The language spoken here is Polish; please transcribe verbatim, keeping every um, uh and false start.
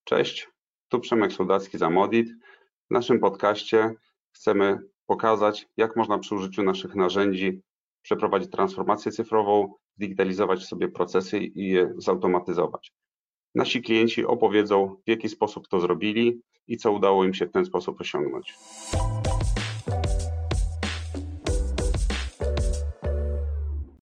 Cześć, tu Przemek Sołdacki z Amodit. W naszym podcaście chcemy pokazać, jak można przy użyciu naszych narzędzi przeprowadzić transformację cyfrową, zdigitalizować sobie procesy i je zautomatyzować. Nasi klienci opowiedzą, w jaki sposób to zrobili i co udało im się w ten sposób osiągnąć.